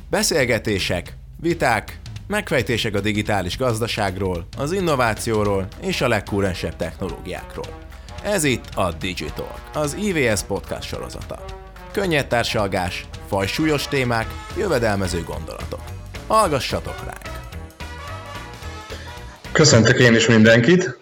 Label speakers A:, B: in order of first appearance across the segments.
A: Beszélgetések, viták, megfejtések a digitális gazdaságról, az innovációról és a legkúrensebb technológiákról. Ez itt a Digitalk, az IVS podcast sorozata. Könnyed társalgás, fajsúlyos témák, jövedelmező gondolatok. Hallgassatok ránk!
B: Köszöntök én is mindenkit!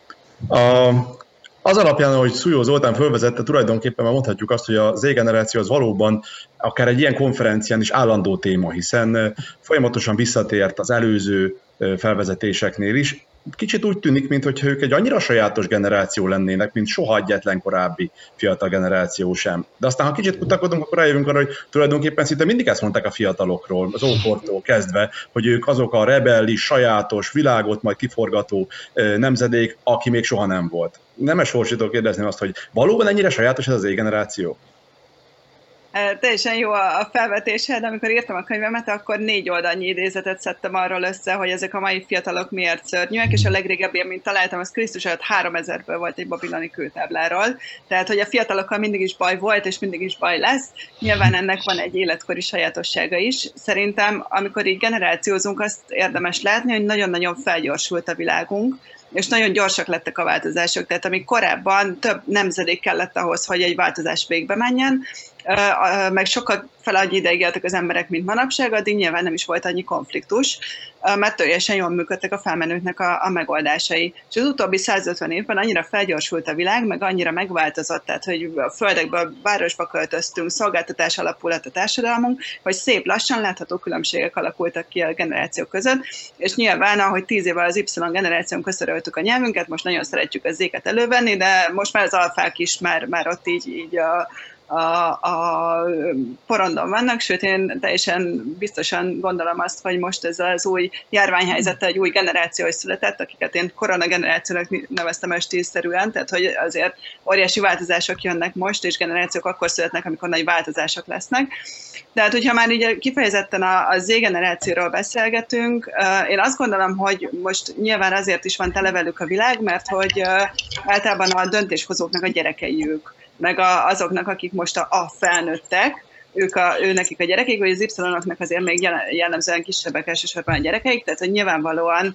B: Az alapján, ahogy Szújó Zoltán fölvezette, tulajdonképpen már mondhatjuk azt, hogy a Z-generáció az valóban akár egy ilyen konferencián is állandó téma, hiszen folyamatosan visszatért az előző felvezetéseknél is. Kicsit úgy tűnik, mintha ők egy annyira sajátos generáció lennének, mint soha egyetlen korábbi fiatal generáció sem. De aztán, ha kicsit kutakodunk, akkor rájövünk arra, hogy tulajdonképpen szinte mindig ezt mondták a fiatalokról, az ókortól kezdve, hogy ők azok a rebellis, sajátos, világot majd kiforgató nemzedék, aki még soha nem volt. Nemes Orsitól kérdezném azt, hogy valóban ennyire sajátos ez az Z-generáció?
C: Teljesen jó a felvetésed. Amikor írtam a könyvemet, akkor 4 oldalnyi idézetet szedtem arról össze, hogy ezek a mai fiatalok miért szörnyűek, és a legrégebbi, amit találtam, az Krisztus előtt 3000-ből volt egy babiloni kőtábláról. Tehát, hogy a fiatalokkal mindig is baj volt, és mindig is baj lesz. Nyilván ennek van egy életkori sajátossága is. Szerintem, amikor így generációzunk, azt érdemes látni, hogy nagyon-nagyon felgyorsult a világunk, és nagyon gyorsak lettek a változások. Tehát amíg korábban több nemzedék kellett ahhoz, hogy egy változás végbe menjen, meg sokkal fel annyi ideig éltek az emberek, mint manapság, addig nyilván nem is volt annyi konfliktus, mert teljesen jól működtek a felmenőknek a megoldásai. És az utóbbi 150 évben annyira felgyorsult a világ, meg annyira megváltozott, tehát hogy a földekből városba költöztünk, szolgáltatás alapú lett a társadalmunk, hogy szép lassan látható különbségek alakultak ki a generációk között, és nyilván, ahogy 10 évvel az Y generáción köszöröltük a nyelvünket, most nagyon szeretjük a Z-ket elővenni, de most már az alfák is már ott így a porondon vannak, sőt én teljesen biztosan gondolom azt, hogy most ez az új járványhelyzet egy új generáció is született, akiket én koronagenerációnak neveztem stílszerűen, tehát hogy azért óriási változások jönnek most, és generációk akkor születnek, amikor nagy változások lesznek. Tehát, hogyha már így kifejezetten a Z-generációról beszélgetünk, én azt gondolom, hogy most nyilván azért is van tele velük a világ, mert hogy általában a döntéshozóknak a gyerekei ők, meg azoknak, akik most a felnőttek, nekik a gyerekeik, vagy az Y-oknak azért még jellemzően kisebbek elsősorban a gyerekeik, tehát hogy nyilvánvalóan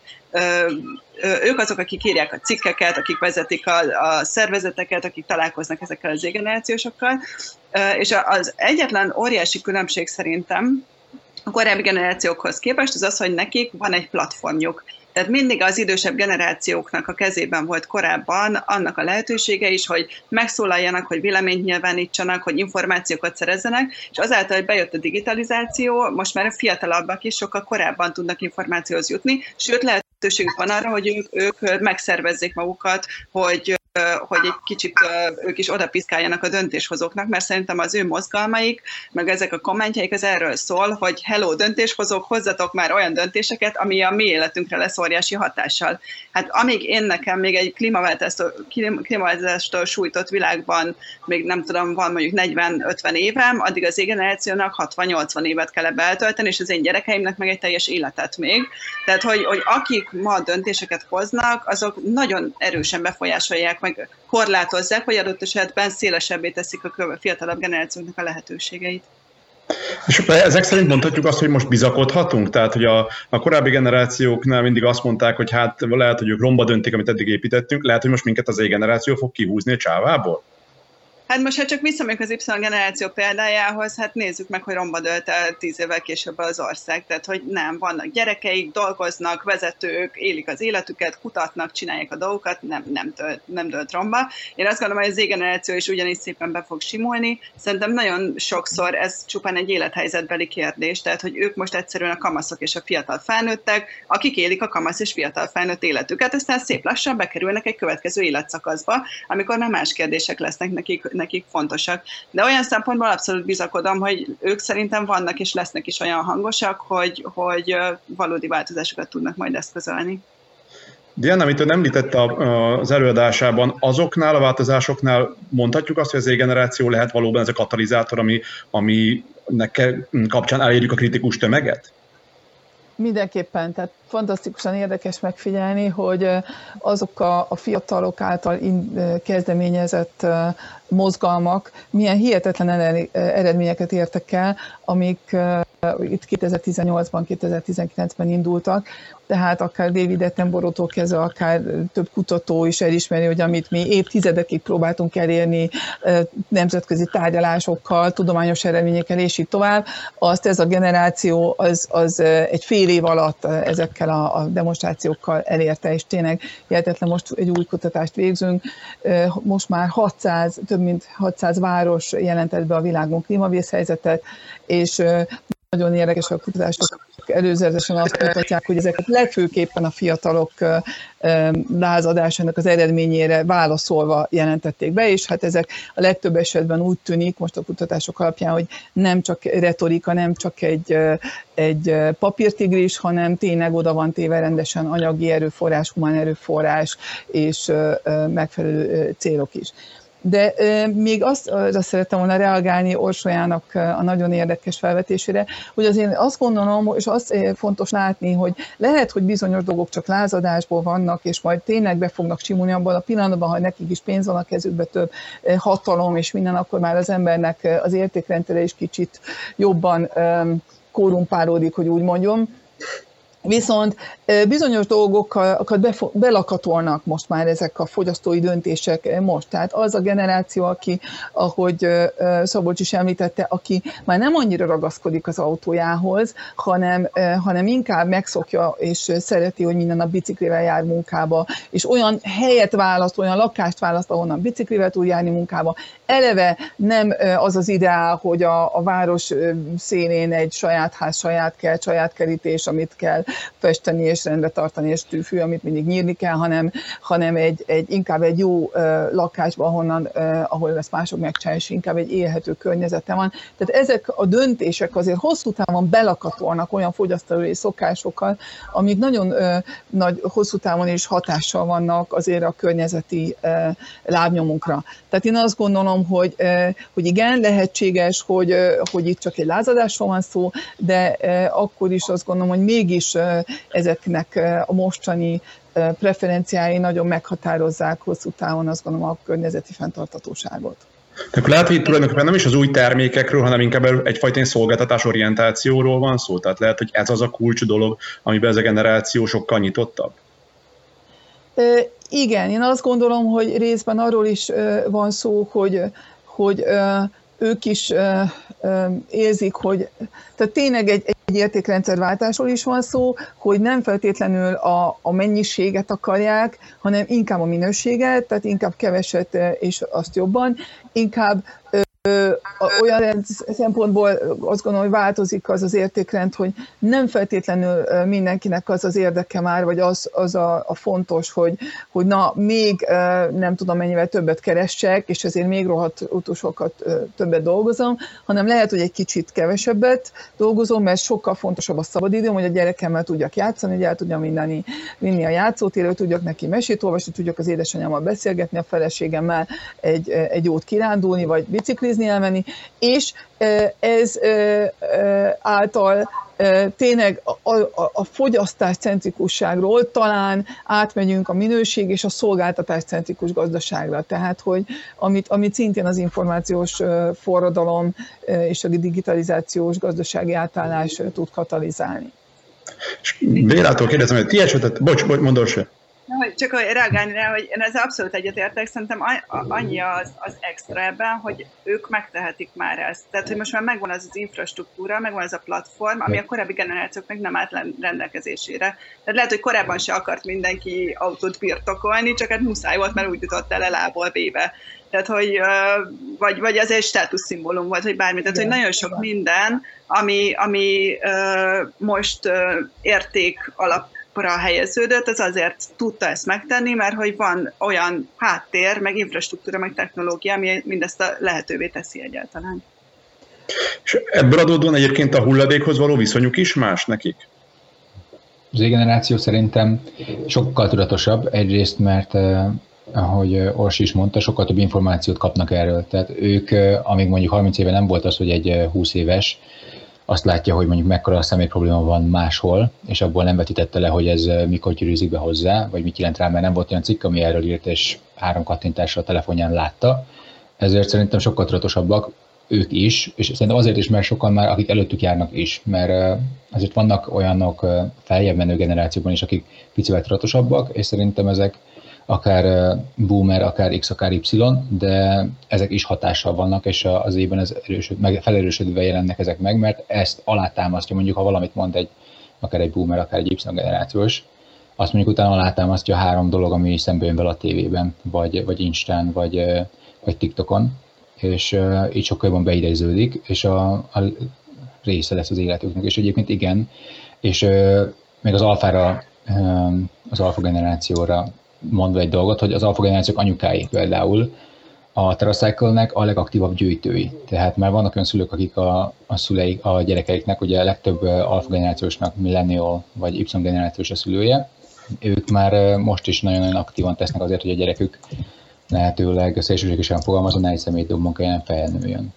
C: ők azok, akik írják a cikkeket, akik vezetik a szervezeteket, akik találkoznak ezekkel az Z-generációsokkal, és az egyetlen óriási különbség szerintem a korábbi generációkhoz képest az, hogy nekik van egy platformjuk. Tehát mindig az idősebb generációknak a kezében volt korábban annak a lehetősége is, hogy megszólaljanak, hogy véleményt nyilvánítsanak, hogy információkat szerezzenek, és azáltal, hogy bejött a digitalizáció, most már a fiatalabbak is sokkal korábban tudnak információhoz jutni, sőt lehetőségük van arra, hogy ők megszervezzék magukat, hogy egy kicsit ők is odapiszkáljanak a döntéshozóknak, mert szerintem az ő mozgalmaik, meg ezek a kommentjeik az erről szól, hogy hello döntéshozók, hozzatok már olyan döntéseket, ami a mi életünkre lesz óriási hatással. Hát amíg nekem még egy klímaváltozástól sújtott világban még nem tudom, van mondjuk 40-50 évem, addig az Z-generációnak 60-80 évet kell ebbe eltölteni, és az én gyerekeimnek meg egy teljes életet még. Tehát, hogy akik ma döntéseket hoznak, azok nagyon erősen befolyásolják, meg korlátozzák, vagy adott esetben szélesebbé teszik a fiatalabb generációknak a lehetőségeit.
B: És ezek szerint mondhatjuk azt, hogy most bizakodhatunk? Tehát, hogy a korábbi generációknál mindig azt mondták, hogy hát lehet, hogy ők romba döntik, amit eddig építettünk, lehet, hogy most minket az Z-generáció fog kihúzni a csávából?
C: Hát most, ha csak visszamegyünk az Y-generáció példájához, hát nézzük meg, hogy romba dőlt el 10 évvel később az ország. Tehát, hogy nem, vannak gyerekeik, dolgoznak, vezetők, élik az életüket, kutatnak, csinálják a dolgokat, nem dőlt romba. Én azt gondolom, hogy az Z-generáció is ugyanígy szépen be fog simulni. Szerintem nagyon sokszor ez csupán egy élethelyzetbeli kérdés, tehát, hogy ők most egyszerűen a kamaszok és a fiatal felnőttek, akik élik a kamasz és fiatal felnőtt életüket, aztán szép lassan bekerülnek egy következő életszakaszba, amikor már más kérdések lesznek nekik fontosak. De olyan szempontból abszolút bizakodom, hogy ők szerintem vannak és lesznek is olyan hangosak, hogy valódi változásokat tudnak majd eszközölni.
B: Diana, amit ön említett az előadásában, azoknál a változásoknál mondhatjuk azt, hogy az Z-generáció lehet valóban ez a katalizátor, aminek kapcsán elérjük a kritikus tömeget?
D: Mindenképpen, tehát fantasztikusan érdekes megfigyelni, hogy azok a fiatalok által kezdeményezett mozgalmak milyen hihetetlen eredményeket értek el, amik itt 2018-ban, 2019-ben indultak, tehát akár David Attenborough-tól kezdve, akár több kutató is elismeri, hogy amit mi évtizedekig próbáltunk elérni nemzetközi tárgyalásokkal, tudományos eredményekkel és így tovább, azt ez a generáció az egy fél év alatt ezekkel a demonstrációkkal elérte, és tényleg hihetetlen, most egy új kutatást végzünk, most már több mint 600 város jelentett be a világon klímavészhelyzetet, és nagyon érdekes a kutatások előzetesen azt mutatják, hogy ezeket legfőképpen a fiatalok lázadásának az eredményére válaszolva jelentették be, és hát ezek a legtöbb esetben úgy tűnik, most a kutatások alapján, hogy nem csak retorika, nem csak egy papírtigris, hanem tényleg oda van téve rendesen anyagi erőforrás, humán erőforrás és megfelelő célok is. De még azt szerettem volna reagálni Orsolyának a nagyon érdekes felvetésére, hogy azért azt gondolom, és azt fontos látni, hogy lehet, hogy bizonyos dolgok csak lázadásból vannak, és majd tényleg be fognak simulni abban a pillanatban, ha nekik is pénz van a kezükbe, több hatalom és minden, akkor már az embernek az értékrendszere is kicsit jobban korrumpálódik, hogy úgy mondjam. Viszont bizonyos dolgokat belakatolnak most már ezek a fogyasztói döntések most. Tehát az a generáció, aki, ahogy Szabolcs is említette, aki már nem annyira ragaszkodik az autójához, hanem inkább megszokja és szereti, hogy minden nap biciklivel jár munkába, és olyan helyet választ, olyan lakást választ, ahonnan biciklivel tud járni munkába. Eleve nem az az ideál, hogy a város szélén egy saját ház, saját kert, saját kerítés, amit kell festeni és rendbe tartani, és tűfű, amit mindig nyírni kell, hanem inkább egy jó lakásban, ahol ezt mások megcsinálják, és inkább egy élhető környezete van. Tehát ezek a döntések azért hosszú távon belakatolnak olyan fogyasztói szokásokkal, amik nagyon nagy, hosszú távon is hatással vannak azért a környezeti lábnyomunkra. Tehát én azt gondolom, hogy igen, lehetséges, hogy itt csak egy lázadásról van szó, de akkor is azt gondolom, hogy mégis ezeknek a mostani preferenciái nagyon meghatározzák hosszú távon, azt gondolom, a környezeti fenntarthatóságot.
B: De akkor lehet, hogy tulajdonképpen nem is az új termékekről, hanem inkább egyfajta szolgáltatás orientációról van szó? Tehát lehet, hogy ez az a kulcs dolog, amiben ez a generáció sokkal nyitottabb?
D: Igen, én azt gondolom, hogy részben arról is van szó, hogy ők is érzik, hogy tehát tényleg egy értékrendszerváltásról is van szó, hogy nem feltétlenül a mennyiséget akarják, hanem inkább a minőséget, tehát inkább keveset és azt jobban, inkább olyan szempontból azt gondolom, hogy változik az értékrend, hogy nem feltétlenül mindenkinek az érdeke már, vagy az a fontos, hogy na, még nem tudom mennyivel többet keressek, és ezért még sokat többet dolgozom, hanem lehet, hogy egy kicsit kevesebbet dolgozom, mert sokkal fontosabb a szabadidőm, hogy a gyerekemmel tudjak játszani, hogy el tudjam vinni a játszótérre, tudjak neki mesét olvasni, tudjak az édesanyámmal beszélgetni, a feleségemmel egy jót kirándulni, vagy biciklizni elmenni, és ez által tényleg a fogyasztás centrikusságról talán átmegyünk a minőség és a szolgáltatás centrikus gazdaságra. Tehát, hogy amit szintén az információs forradalom és a digitalizációs gazdasági átállás tud katalizálni.
B: Bélától kérdezem, hogy ti esetet, mondd Orsolya.
C: Csak hogy reagálni rá, hogy én ezzel abszolút egyetértek, szerintem annyi az extra ebben, hogy ők megtehetik már ezt. Tehát, hogy most már megvan az infrastruktúra, megvan az a platform, ami a korábbi generációknak nem állt rendelkezésére. Tehát lehet, hogy korábban se akart mindenki autót birtokolni, csak hát muszáj volt, mert úgy jutott el A-ból B-be. Tehát, hogy, vagy az egy státuszszimbólum volt, hogy bármi. Tehát, hogy nagyon sok minden, ami most érték alap helyeződött, az azért tudta ezt megtenni, mert hogy van olyan háttér, meg infrastruktúra, meg technológia, ami mindezt lehetővé teszi egyáltalán.
B: És ebből adódóan egyébként a hulladékhoz való viszonyuk is más nekik?
E: Az generáció szerintem sokkal tudatosabb, egyrészt, mert ahogy Orsi is mondta, sokkal több információt kapnak erről. Tehát ők, amíg mondjuk 30 éve nem volt az, hogy egy 20 éves azt látja, hogy mondjuk mekkora személy probléma van máshol, és abból nem vetítette le, hogy ez mikor gyűrűzik be hozzá, vagy mit jelent rá, mert nem volt olyan cikk, ami erről írt, és 3 kattintásra a telefonján látta. Ezért szerintem sokkal tudatosabbak ők is, és szerintem azért is, mert sokan már, akik előttük járnak is, mert azért vannak olyanok feljebb menő generációban is, akik picivel tudatosabbak, és szerintem ezek akár boomer, akár X, akár Y, de ezek is hatással vannak, és az évben ez felerősödve jelennek ezek meg, mert ezt alátámasztja, mondjuk ha valamit mond akár egy boomer, akár egy Y generációs, azt mondjuk utána alátámasztja 3 dolog, ami szembe jön vele a tévében, vagy Instán, vagy TikTokon, és így sokkal jobban beidegződik, és a része lesz az életüknek, és egyébként igen, és még az alfa generációra mondva egy dolgot, hogy az alfa generációk anyukái például a TerraCycle-nek a legaktívabb gyűjtői. Tehát már vannak olyan szülők, akik a gyerekeiknek, ugye a legtöbb alfa generációsnak millennial vagy Y generációs a szülője, ők már most is nagyon-nagyon aktívan tesznek azért, hogy a gyerekük lehetőleg szélsőségesen fogalmazva, egy személydobban kelljen felnőjön.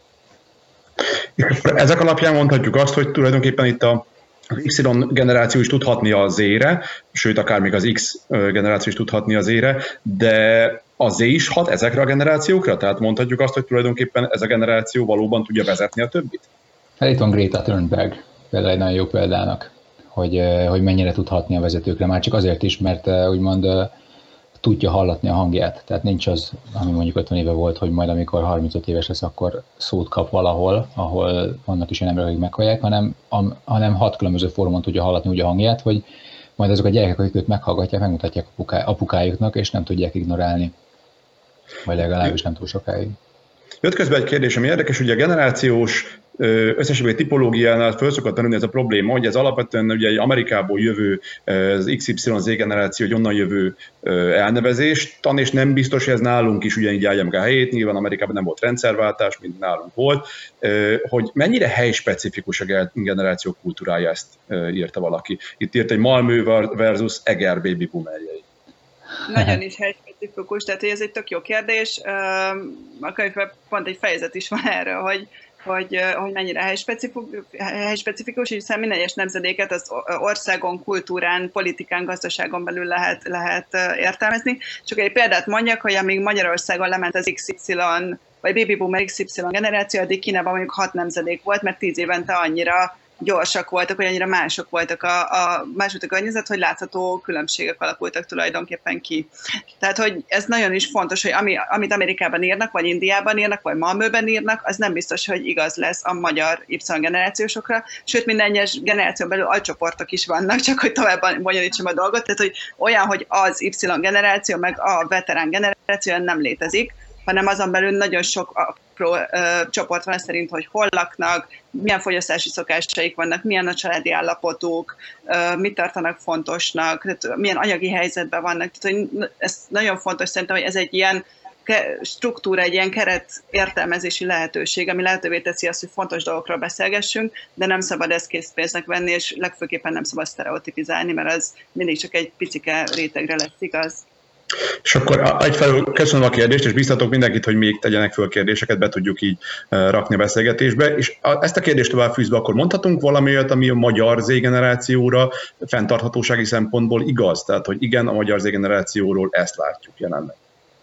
B: Ezek alapján mondhatjuk azt, hogy tulajdonképpen itt az Y generáció is tudhatni a Z-re, sőt, akár még az X generáció is tudhatni a Z-re, de a Z is hat ezekre a generációkra? Tehát mondhatjuk azt, hogy tulajdonképpen ez a generáció valóban tudja vezetni a többit?
E: Hát itt van Greta Thunberg, például egy nagyon jó példának, hogy mennyire tudhatni a vezetőkre, már csak azért is, mert úgymond tudja hallatni a hangját. Tehát nincs az, ami mondjuk 50 éve volt, hogy majd amikor 35 éves lesz, akkor szót kap valahol, ahol vannak is olyan emberek, akik meghallják, hanem 6 különböző fórumon tudja hallatni úgy a hangját, hogy majd azok a gyerekek, akik őt meghallgatják, megmutatják apukájuknak, és nem tudják ignorálni. Vagy legalábbis nem túl sokáig.
B: Jött közben egy kérdés, ami érdekes, ugye a generációs összességében tipológiánál föl szokott merülni ez a probléma, hogy ez alapvetően ugye egy Amerikából jövő, az XYZ generáció, egy onnan jövő elnevezés, és nem biztos, hogy ez nálunk is ugyanígy állja meg a helyét, nyilván Amerikában nem volt rendszerváltás, mint nálunk volt, hogy mennyire helyspecifikus a generáció kultúrája, ezt írta valaki. Itt írt egy Malmö versus Eger baby boomerjei.
C: Nagyon is helyspecifikus, tehát ez egy tök jó kérdés. A könyvben pont egy fejezet is van erről, hogy mennyire helyspecifikus, hiszen minden egyes nemzedéket az országon, kultúrán, politikán, gazdaságon belül lehet értelmezni. Csak egy példát mondjak, hogy amíg Magyarországon lement az XY, vagy Baby Boomer XY generáció, addig Kínában mondjuk 6 nemzedék volt, mert 10 évente annyira gyorsak voltak, hogy annyira mások voltak más volt a környezet, hogy látható különbségek alakultak tulajdonképpen ki. Tehát, hogy ez nagyon is fontos, hogy amit Amerikában írnak, vagy Indiában írnak, vagy Malmöben írnak, az nem biztos, hogy igaz lesz a magyar Y generációsokra, sőt, minden egyes generáción belül alcsoportok is vannak, csak hogy tovább bonyolítsam a dolgot, tehát, hogy olyan, hogy az Y generáció, meg a veterán generáció nem létezik, hanem azon belül nagyon sok apró csoport van szerint, hogy hol laknak, milyen fogyasztási szokásaik vannak, milyen a családi állapotuk, mit tartanak fontosnak, tehát milyen anyagi helyzetben vannak. Tehát, hogy ez nagyon fontos szerintem, hogy ez egy ilyen struktúra, egy ilyen keret értelmezési lehetőség, ami lehetővé teszi azt, hogy fontos dolgokról beszélgessünk, de nem szabad ezt készpénznek venni, és legfőképpen nem szabad sztereotipizálni, mert az mindig csak egy picike rétegre lesz igaz.
B: És akkor egyfelől köszönöm a kérdést, és biztatok mindenkit, hogy még tegyenek föl kérdéseket, be tudjuk így rakni a beszélgetésbe. És ezt a kérdést tovább fűzve, akkor mondhatunk valami olyat, ami a magyar Z-generációra fenntarthatósági szempontból igaz? Tehát, hogy igen, a magyar Z-generációról ezt látjuk jelenleg.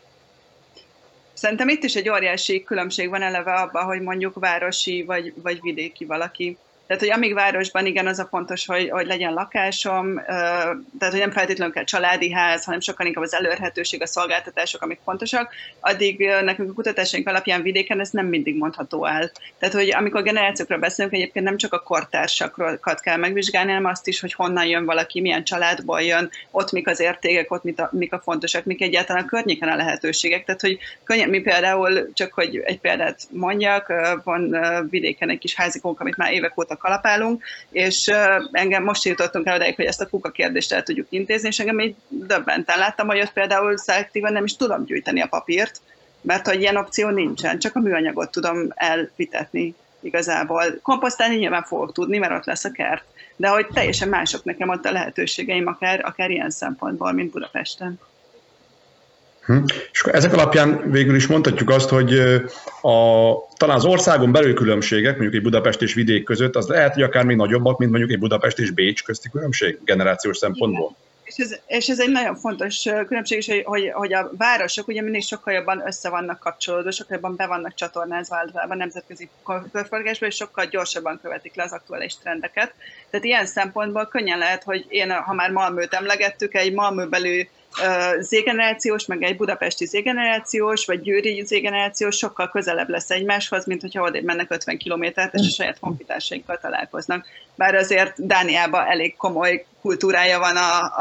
C: Szerintem itt is egy óriási különbség van eleve abban, hogy mondjuk városi vagy vidéki valaki. Tehát, hogy amíg városban igen, az a fontos, hogy legyen lakásom, tehát, hogy nem feltétlenül kell családi ház, hanem sokkal inkább az elérhetőség, a szolgáltatások, amik fontosak, addig nekünk a kutatásaink alapján vidéken ez nem mindig mondható el. Tehát, hogy amikor generációkról beszélünk, egyébként nem csak a kortársakat kell megvizsgálni, hanem azt is, hogy honnan jön valaki, milyen családból jön, ott mik az értékek, ott mik a fontosak, mik egyáltalán a környéken a lehetőségek. Tehát, hogy könnyen, mi például, csak hogy egy példát mondjak, van vidéken egy kis házikónk, amit már évek óta kalapálunk, és engem most jutottunk el odáig, hogy ezt a kuka kérdést el tudjuk intézni, és engem így döbbenten láttam, hogy ott például szelektíven nem is tudom gyűjteni a papírt, mert hogy ilyen opció nincsen, csak a műanyagot tudom elvitetni igazából. Komposztálni nyilván fogok tudni, mert ott lesz a kert, de hogy teljesen mások nekem ott a lehetőségeim, akár ilyen szempontból, mint Budapesten.
B: És ezek alapján végül is mondhatjuk azt, hogy talán az országon belül különbségek, mondjuk egy Budapest és vidék között, az lehet, hogy akár még nagyobbak, mint mondjuk egy Budapest és Bécs közti különbség generációs szempontból.
C: És ez egy nagyon fontos különbség is, hogy a városok ugye mindig sokkal jobban össze vannak kapcsolódva, sokkal jobban be vannak csatornázva általában nemzetközi körforgásba, és sokkal gyorsabban követik le az aktuális trendeket. Tehát ilyen szempontból könnyen lehet, hogy ha már Malmöt emlegettük, egy Malmöbeli Z-generációs, meg egy budapesti Z-generációs, vagy győri Z-generációs sokkal közelebb lesz egymáshoz, mint hogyha odébb mennek 50 kilométert, és a saját honfitársaikkal találkoznak. Bár azért Dániában elég komoly kultúrája van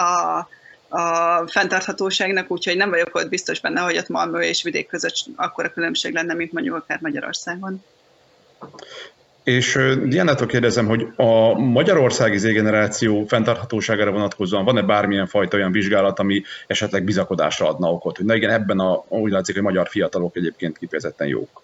C: a fenntarthatóságnak, úgyhogy nem vagyok ott biztos benne, hogy ott Malmö és vidék között akkora különbség lenne, mint mondjuk akár Magyarországon.
B: És Diánától kérdezem, hogy a magyarországi Z-generáció fenntarthatóságára vonatkozóan van-e bármilyen fajta olyan vizsgálat, ami esetleg bizakodásra adna okot? Hogy na igen, ebben úgy látszik, hogy magyar fiatalok egyébként kifejezetten jók.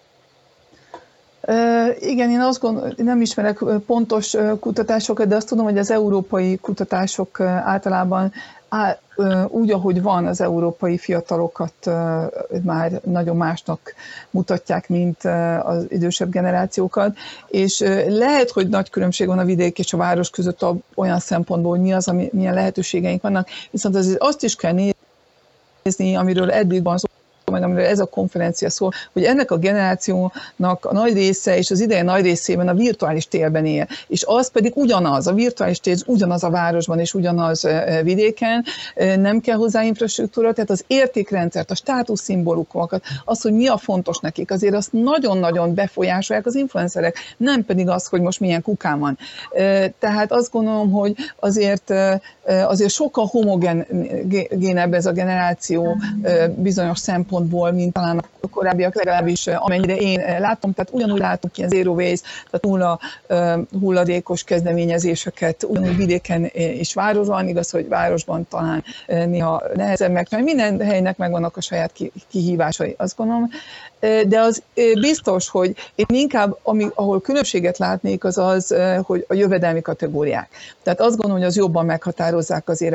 D: Igen, én azt gondolom, nem ismerek pontos kutatásokat, de azt tudom, hogy az európai kutatások általában úgy, ahogy van, az európai fiatalokat már nagyon másnak mutatják, mint az idősebb generációkat, és lehet, hogy nagy különbség van a vidék és a város között olyan szempontból, hogy mi az, milyen lehetőségeink vannak, viszont azért azt is kell nézni, amiről eddig van szó, meg amiről ez a konferencia szól, hogy ennek a generációnak a nagy része és az ideje nagy részében a virtuális térben él, és az pedig ugyanaz, a virtuális tér ugyanaz a városban és ugyanaz vidéken, nem kell hozzá infrastruktúra, tehát az értékrendszert, a státuszszimbólumokat, az, hogy mi a fontos nekik, azért azt nagyon-nagyon befolyásolják az influencerek, nem pedig az, hogy most milyen kukán van. Tehát azt gondolom, hogy azért sokkal homogénebb ez a generáció bizonyos szempontból, mint talán a korábbiak, legalábbis amennyire én látom, tehát ugyanúgy látok ilyen zero waste, tehát nulla hulladékos kezdeményezéseket, ugyanúgy vidéken és városban, igaz, hogy városban talán néha nehezebb megcsinálni, minden helynek megvannak a saját kihívásai, azt gondolom. De az biztos, hogy én inkább, ahol különbséget látnék, az, hogy a jövedelmi kategóriák. Tehát azt gondolom, hogy az jobban meghatározzák azért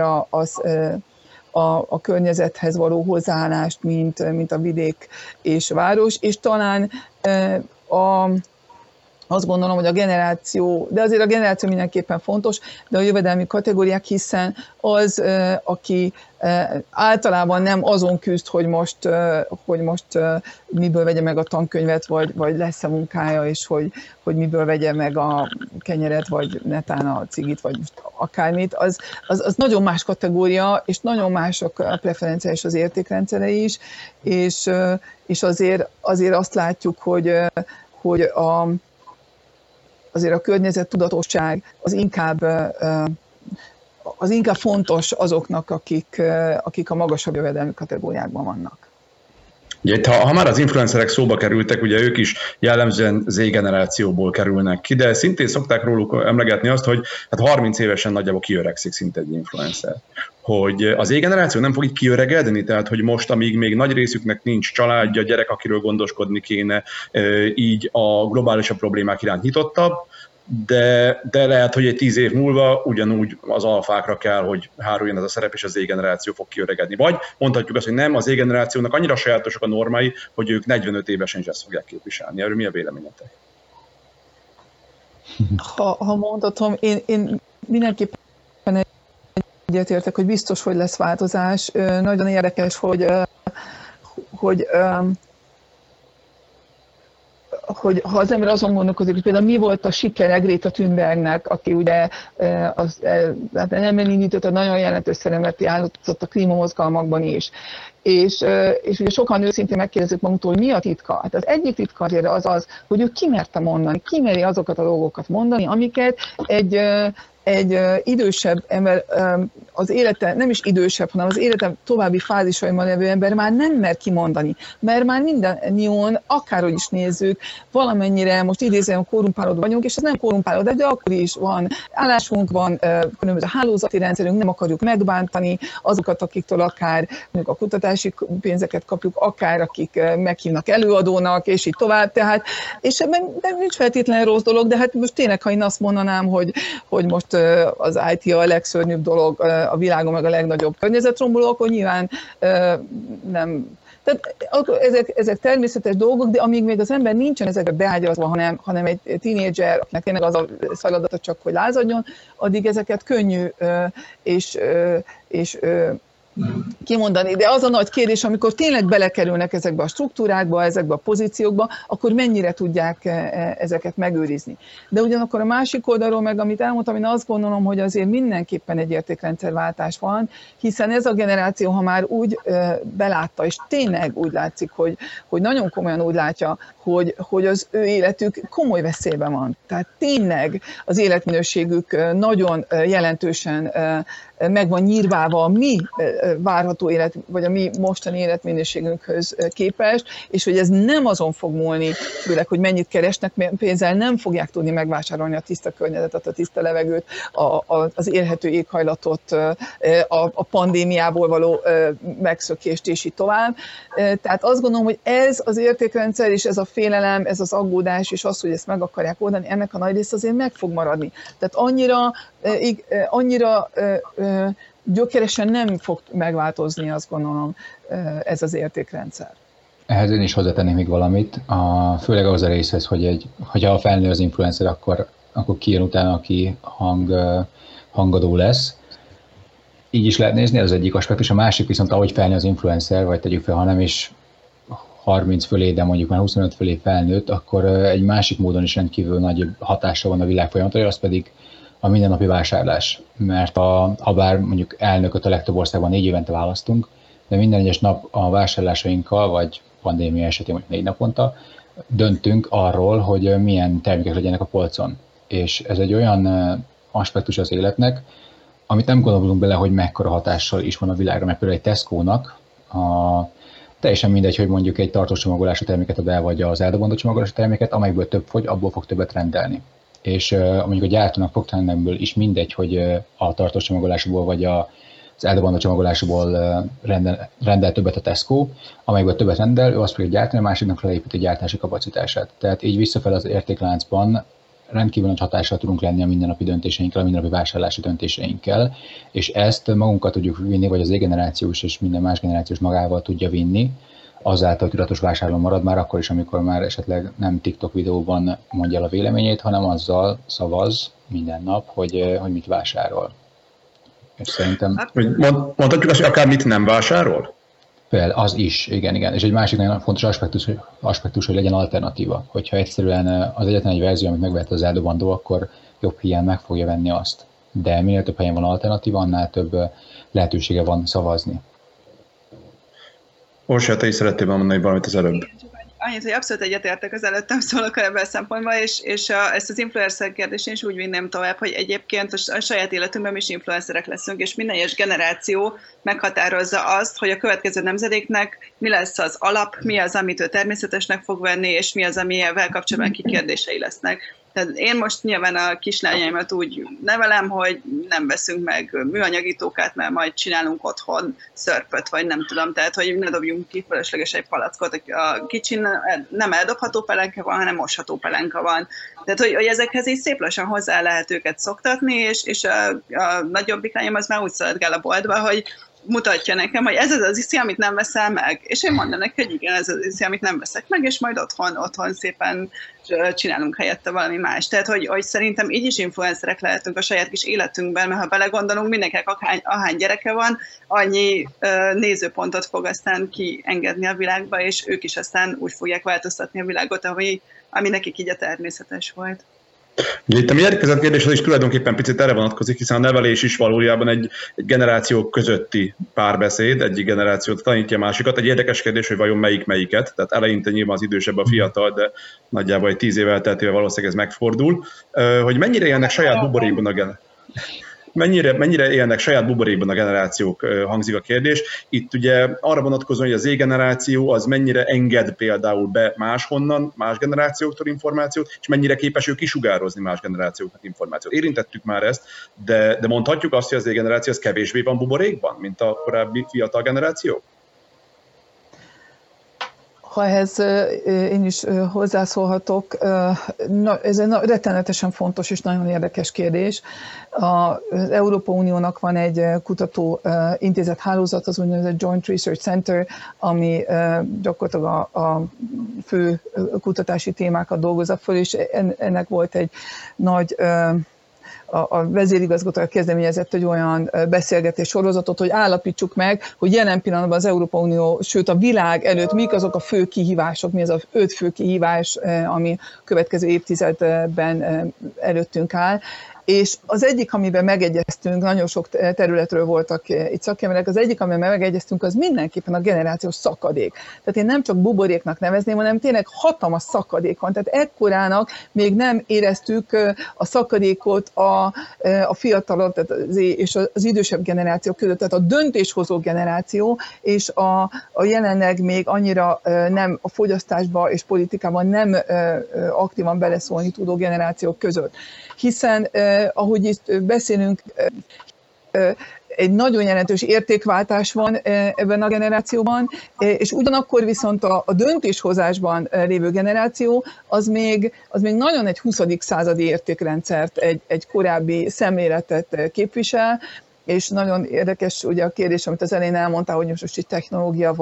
D: a környezethez való hozzáállást, mint a vidék és város, és talán azt gondolom, hogy a generáció, de azért a generáció mindenképpen fontos, de a jövedelmi kategóriák, hiszen az, aki általában nem azon küzd, hogy most miből vegye meg a tankönyvet, vagy lesz-e munkája, és hogy miből vegye meg a kenyeret, vagy netán a cigit, vagy akármit, az nagyon más kategória, és nagyon mások a preferencia és az értékrendszere is, és azért azt látjuk, hogy azért a környezettudatosság az inkább fontos azoknak, akik a magasabb jövedelmi kategóriákban vannak.
B: Ugye, ha már az influencerek szóba kerültek, ugye ők is jellemzően Z-generációból kerülnek ki, de szintén szokták róluk emlegetni azt, hogy hát 30 évesen nagyjából kiöregszik szinte egy influencer. Hogy az Z-generáció nem fog így kiöregedni, tehát hogy most, amíg még nagy részüknek nincs családja, gyerek, akiről gondoskodni kéne, így a globálisabb problémák iránt nyitottabb, de lehet, hogy egy 10 év múlva ugyanúgy az alfákra kell, hogy háruljon ez a szerep, és az Z-generáció fog kiöregedni. Vagy mondhatjuk azt, hogy nem, az Z-generációnak annyira sajátosak a normái, hogy ők 45 évesen is ezt fogják képviselni. Erről mi a véleményetek?
D: Ha mondhatom, én mindenképpen egyetértek, hogy biztos, hogy lesz változás. Nagyon érdekes, hogy ha az ember azon gondolkodik, hogy például mi volt a sikere Greta Thunbergnek, aki ugye nem indította, nagyon jelentős szerepet játszott a klímamozgalmakban is. És ugye sokan őszintén megkérdezik magunktól, hogy mi a titka. Hát az egyik titka az, hogy ő kimerte mondani, kimeri azokat a dolgokat mondani, amiket egy idősebb ember, az élete, nem is idősebb, hanem az élete további fázisaiban levő ember már nem mer kimondani, mert már mindannyian, akárhogy is nézzük, valamennyire, most idézem, korrumpálódva vagyunk, és ez nem korrumpálódva, de akkor is van állásunk, van különböző hálózati rendszerünk, nem akarjuk megbántani azokat, akiktől akár mondjuk a kutatási pénzeket kapjuk, akár akik meghívnak előadónak, és így tovább, tehát, és ebben nincs feltétlenül rossz dolog, de hát most tényleg, ha én azt mondanám, hogy most az IT a legszörnyűbb dolog a világon meg a legnagyobb környezetromboló, akkor nyilván nem... Tehát ezek természetes dolgok, de amíg még az ember nincsen ezekbe beágyazva, hanem egy tínédzser, akinek tényleg az a feladata csak, hogy lázadjon, addig ezeket könnyű és kimondani. De az a nagy kérdés, amikor tényleg belekerülnek ezekbe a struktúrákba, ezekbe a pozíciókba, akkor mennyire tudják ezeket megőrizni. De ugyanakkor a másik oldalról meg, amit elmondtam, én azt gondolom, hogy azért mindenképpen egy értékrendszerváltás van, hiszen ez a generáció, ha már úgy belátta, és tényleg úgy látszik, hogy nagyon komolyan úgy látja, hogy az ő életük komoly veszélyben van. Tehát tényleg az életminőségük nagyon jelentősen meg van nyírválva a mi várható élet, vagy a mi mostani életminőségünkhöz képest, és hogy ez nem azon fog múlni, főleg, hogy mennyit keresnek, pénzzel nem fogják tudni megvásárolni a tiszta környezetet, a tiszta levegőt, az élhető éghajlatot, a pandémiából való megszökést, és így tovább. Tehát azt gondolom, hogy ez az értékrendszer, és ez a félelem, ez az aggódás, és az, hogy ezt meg akarják oldani, ennek a nagy része azért meg fog maradni. Tehát annyira gyökeresen nem fog megváltozni, azt gondolom, ez az értékrendszer.
E: Ehhez én is hozzátennék még valamit, főleg az a részhez, hogyha felnő az influencer, akkor kijön utána, aki hangadó lesz. Így is lehet nézni, ez az egyik aspektus. A másik viszont, ahogy felnő az influencer, vagy tegyük fel, ha nem is 30 fölé, de mondjuk már 25 fölé felnőtt, akkor egy másik módon is rendkívül nagy hatással van a világ folyamatra, az pedig a mindennapi vásárlás. Mert ha bár mondjuk elnököt a legtöbb országban 4 évente választunk, de minden egyes nap a vásárlásainkkal, vagy pandémia esetén mondjuk 4 naponta döntünk arról, hogy milyen termékek legyenek a polcon. És ez egy olyan aspektus az életnek, amit nem gondolunk bele, hogy mekkora hatással is van a világra, mert például egy Tesco-nak teljesen mindegy, hogy mondjuk egy tartós csomagolású terméket ad el, vagy az eldobandó csomagolású terméket, amelyekből több fogy, abból fog többet rendelni. És mondjuk a gyártónak Procter&Gamble is mindegy, hogy a tartós csomagolásúból vagy az eldobandó csomagolásúból rendel többet a Tesco, amelyekből többet rendel, ő azt fogja gyártani, a másiknak leépíti a gyártási kapacitását. Tehát így visszafelé az értékláncban rendkívül nagy hatással tudunk lenni a mindennapi döntéseinkkel, a mindennapi vásárlási döntéseinkkel, és ezt magunkkal tudjuk vinni, vagy az Z-generációs és minden más generációs magával tudja vinni, azáltal tudatos vásárló marad már akkor is, amikor már esetleg nem TikTok videóban mondja el a véleményét, hanem azzal szavaz minden nap, hogy mit vásárol. És szerintem...
B: Mondhatjuk azt, hogy akár mit nem vásárol?
E: Például az is, igen. És egy másik nagyon fontos aspektus, hogy legyen alternatíva. Hogyha egyszerűen az egyetlen egy verzió, amit megvehet az eldobandó, akkor jobb hiány meg fogja venni azt. De minél több helyen van alternatíva, annál több lehetősége van szavazni.
B: Orsolya, te is szerettél mondani valamit az előbb.
C: Annyit, hogy abszolút egyetértek az előttem szólók ebben a szempontból, és ezt az influencer kérdést én is úgy vinném tovább, hogy egyébként a saját életünkben is influencerek leszünk, és minden egyes generáció meghatározza azt, hogy a következő nemzedéknek mi lesz az alap, mi az, amit ő természetesnek fog venni, és mi az, amivel kapcsolatban kérdései lesznek. Tehát én most nyilván a kislányaimat úgy nevelem, hogy nem veszünk meg műanyagítókát, mert majd csinálunk otthon szörpöt, vagy nem tudom, tehát hogy ne dobjunk ki fölösleges egy palackot. A kicsin nem eldobható pelenke van, hanem mosható pelenka van. Tehát, hogy ezekhez így szép lassan hozzá lehet őket szoktatni, és a nagyobbik lányom az már úgy szaladgál a boltba, hogy mutatja nekem, hogy ez az iszi, amit nem veszel meg. És én mondom neki, hogy igen, ez az iszi, amit nem veszek meg, és majd otthon szépen csinálunk helyette valami más. Tehát, hogy szerintem így is influencerek lehetünk a saját kis életünkben, mert ha belegondolunk, mindenkinek ahány gyereke van, annyi nézőpontot fog aztán kiengedni a világba, és ők is aztán úgy fogják változtatni a világot, ami nekik így a természetes volt.
B: Itt a mi érkezett kérdés az is tulajdonképpen picit erre vonatkozik, hiszen a nevelés is valójában egy generációk közötti párbeszéd, egyik generációt tanítja a másikat. Egy érdekes kérdés, hogy vajon melyiket, tehát eleinte nyilván az idősebb a fiatal, de nagyjából egy 10 év elteltével valószínűleg ez megfordul, hogy mennyire élnek saját buborékban a generációk. Mennyire élnek saját buborékban a generációk, hangzik a kérdés. Itt ugye arra vonatkozóan, hogy az Z-generáció az mennyire enged például be máshonnan, más generációktól információt, és mennyire képes ő kisugározni más generációknak információt. Érintettük már ezt, de mondhatjuk azt, hogy az Z-generáció az kevésbé van buborékban, mint a korábbi fiatal generáció?
D: Ha ehhez én is hozzászólhatok, ez egy rettenetesen fontos és nagyon érdekes kérdés. Az Európai Uniónak van egy kutató intézet hálózat, az úgynevezett Joint Research Center, ami gyakorlatilag a fő kutatási témákat dolgozza föl, és ennek volt egy nagy... A vezérigazgató kezdeményezett egy olyan beszélgetés sorozatot, hogy állapítsuk meg, hogy jelen pillanatban az Európai Unió, sőt a világ előtt mik azok a fő kihívások, mi az a 5 fő kihívás, ami következő évtizedben előttünk áll. És az egyik, amiben megegyeztünk, nagyon sok területről voltak itt szakemberek, az egyik, amiben megegyeztünk, az mindenképpen a generációs szakadék. Tehát én nem csak buboréknak nevezném, hanem tényleg hatalmas szakadék van. Tehát ekkorának még nem éreztük a szakadékot a fiatalok és az idősebb generációk között. Tehát a döntéshozó generáció és a jelenleg még annyira nem a fogyasztásba és politikában nem aktívan beleszólni tudó generációk között. Hiszen ahogy itt beszélünk, egy nagyon jelentős értékváltás van ebben a generációban, és ugyanakkor viszont a döntéshozásban lévő generáció az még nagyon egy 20. századi értékrendszert, egy korábbi szemléletet képvisel, és nagyon érdekes ugye a kérdés, amit az elején elmondtál, hogy most itt technológia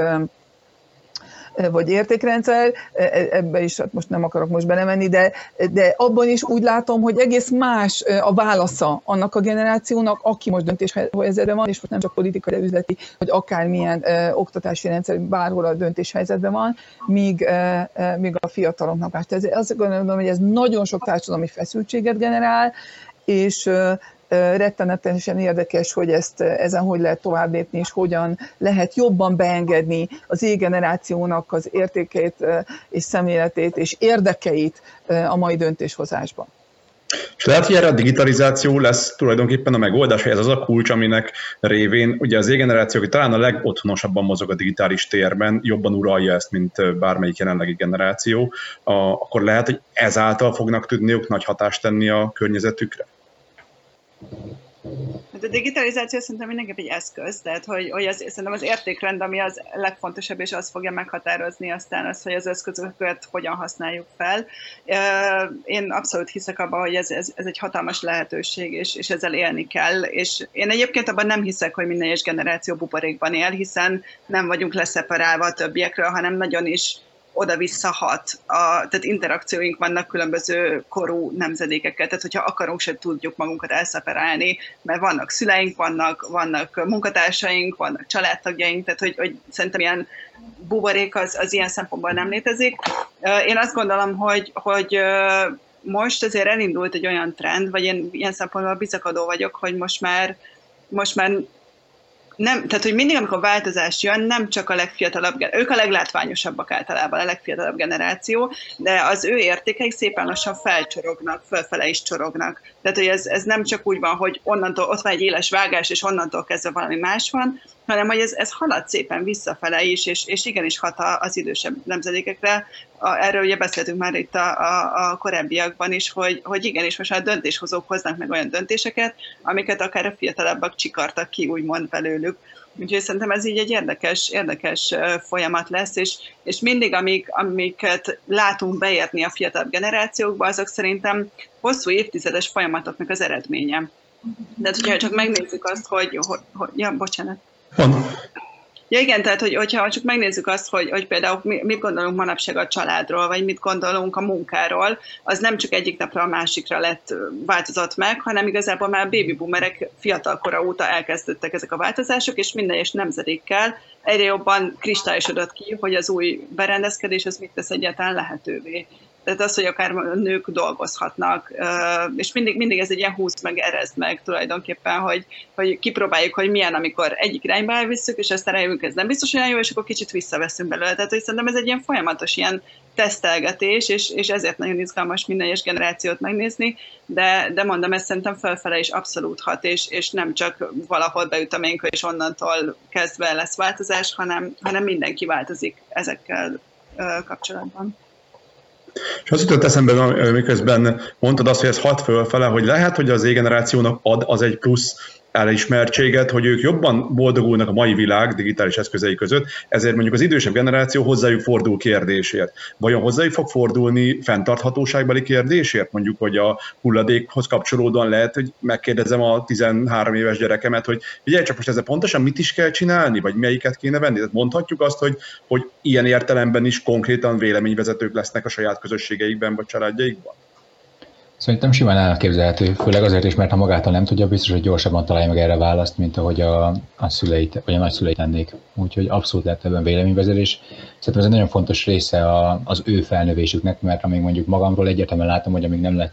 D: vagy értékrendszer, ebbe is most nem akarok most belemenni, de abban is úgy látom, hogy egész más a válasza annak a generációnak, aki most döntéshelyzetben van, és most nem csak politikai, de üzleti, hogy akármilyen oktatási rendszer bárhol a döntéshelyzetben van, míg a fiataloknak más. Tehát azt gondolom, hogy ez nagyon sok társadalmi feszültséget generál, és rettenetesen érdekes, hogy ezen hogy lehet tovább lépni, és hogyan lehet jobban beengedni az generációnak az értékeit és szemléletét és érdekeit a mai döntéshozásban.
B: És lehet, hogy erre a digitalizáció lesz tulajdonképpen a megoldás, hogy ez az a kulcs, aminek révén ugye az generáció, aki talán a legotthonosabban mozog a digitális térben, jobban uralja ezt, mint bármelyik jelenlegi generáció, akkor lehet, hogy ezáltal fognak tudniuk nagy hatást tenni a környezetükre?
C: A digitalizáció szerintem mindenképp egy eszköz, tehát hogy szerintem az értékrend, ami az legfontosabb, és az fogja meghatározni aztán azt, hogy az eszközöket hogyan használjuk fel. Én abszolút hiszek abban, hogy ez egy hatalmas lehetőség, és ezzel élni kell, és én egyébként abban nem hiszek, hogy minden egyes generáció buborékban él, hiszen nem vagyunk leszeparálva a többiekről, hanem nagyon is oda-vissza hat. Tehát interakcióink vannak különböző korú nemzedékekkel, tehát hogyha akarunk, se tudjuk magunkat elszeparálni, mert vannak szüleink, vannak munkatársaink, vannak családtagjaink, tehát hogy szerintem ilyen buborék az ilyen szempontból nem létezik. Én azt gondolom, hogy most azért elindult egy olyan trend, vagy én ilyen szempontból bizakodó vagyok, hogy most már nem, tehát, hogy mindig, amikor változás jön, nem csak a legfiatalabb, ők a leglátványosabbak általában, a legfiatalabb generáció, de az ő értékeik szépen lassan felcsorognak, fölfele is csorognak. Tehát, hogy ez nem csak úgy van, hogy onnantól ott van egy éles vágás, és onnantól kezdve valami más van, hanem hogy ez halad szépen visszafele is, és igenis hat az idősebb nemzedékekre. Erről ugye beszéltünk már itt a korábbiakban is, hogy igenis most már döntéshozók hoznak meg olyan döntéseket, amiket akár a fiatalabbak csikartak ki, úgymond belőlük. Úgyhogy szerintem ez így egy érdekes folyamat lesz, és mindig, amiket látunk beérni a fiatalabb generációkba, azok szerintem hosszú évtizedes folyamatoknak az eredménye. De hogyha csak megnézzük azt, hogy ja, bocsánat. Ja igen, tehát hogyha csak megnézzük azt, hogy például mit gondolunk manapság a családról, vagy mit gondolunk a munkáról, az nem csak egyik napra a másikra változott meg, hanem igazából már a baby boomerek fiatalkora óta elkezdődtek ezek a változások, és minden és nemzedékkel egyre jobban kristályosodott ki, hogy az új berendezkedés az mit tesz egyáltalán lehetővé. Tehát az, hogy akár nők dolgozhatnak, és mindig ez egy ilyen húz meg, erezd meg tulajdonképpen, hogy kipróbáljuk, hogy milyen, amikor egyik irányba elvisszük, és aztán rájövünk, ez nem biztos olyan jó, és akkor kicsit visszaveszünk belőle. Tehát hogy szerintem ez egy ilyen folyamatos ilyen tesztelgetés, és ezért nagyon izgalmas minden egyes generációt megnézni, de mondom, ez szerintem felfele is abszolút hat, és nem csak valahol beüt a ménkő, és onnantól kezdve lesz változás, hanem mindenki változik ezekkel kapcsolatban.
B: És azt jutott eszembe, miközben mondtad azt, hogy ez hat fölfele, hogy lehet, hogy az Z-generációnak ad az egy plusz elismertséget, hogy ők jobban boldogulnak a mai világ digitális eszközei között, ezért mondjuk az idősebb generáció hozzájuk fordul kérdésért. Vajon hozzájuk fog fordulni fenntarthatóságbeli kérdésért? Mondjuk, hogy a hulladékhoz kapcsolódóan lehet, hogy megkérdezem a 13 éves gyerekemet, hogy figyelj csak most ezzel pontosan mit is kell csinálni, vagy melyiket kéne venni? Tehát mondhatjuk azt, hogy ilyen értelemben is konkrétan véleményvezetők lesznek a saját közösségeikben vagy családjaikban?
E: Szerintem simán elképzelhető, főleg azért is, mert ha magától nem tudja, biztos, hogy gyorsabban találja meg erre választ, mint ahogy a szüleit, vagy a nagyszüleit tennék. Úgyhogy abszolút lehet ebben véleményvezetés. Szerintem ez egy nagyon fontos része az ő felnövésüknek, mert amíg mondjuk magamról egyértelműen látom, hogy amíg nem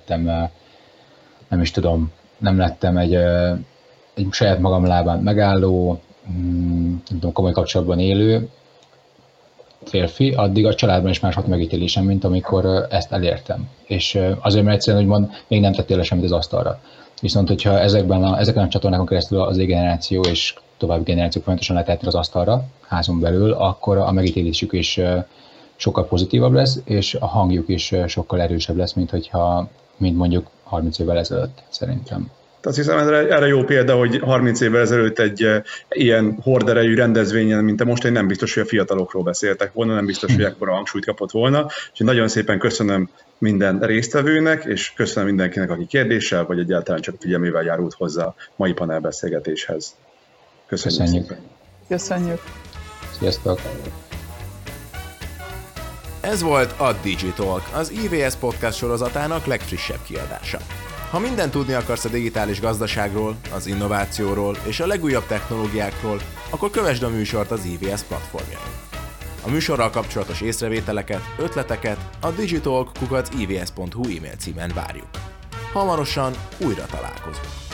E: lettem egy saját magam lábán megálló, komoly kapcsolatban élő férfi, addig a családban is más volt megítélésem, mint amikor ezt elértem. És azért, mert egyszerűen úgymond még nem tettél le semmit az asztalra. Viszont, hogyha ezeken a csatornákon keresztül az generáció és további generációk folyamatosan letettek az asztalra, házon belül, akkor a megítélésük is sokkal pozitívabb lesz, és a hangjuk is sokkal erősebb lesz, mint mondjuk 30 évvel ezelőtt, szerintem.
B: Azt hiszem, erre jó példa, hogy 30 évvel ezelőtt egy ilyen horderejű rendezvényen, mint a most, nem biztos, hogy a fiatalokról beszéltek volna, nem biztos, hogy ekkora hangsúlyt kapott volna. És nagyon szépen köszönöm minden résztvevőnek, és köszönöm mindenkinek, aki kérdéssel, vagy egyáltalán csak figyelmével járult hozzá a mai panelbeszélgetéshez. Köszönjük.
D: Köszönjük.
E: Sziasztok.
A: Ez volt a Digitalk, az IVS podcast sorozatának legfrissebb kiadása. Ha mindent tudni akarsz a digitális gazdaságról, az innovációról és a legújabb technológiákról, akkor kövesd a műsort az IVS platformjain. A műsorral kapcsolatos észrevételeket, ötleteket a digitalk@ivs.hu e-mail címen várjuk. Hamarosan újra találkozunk.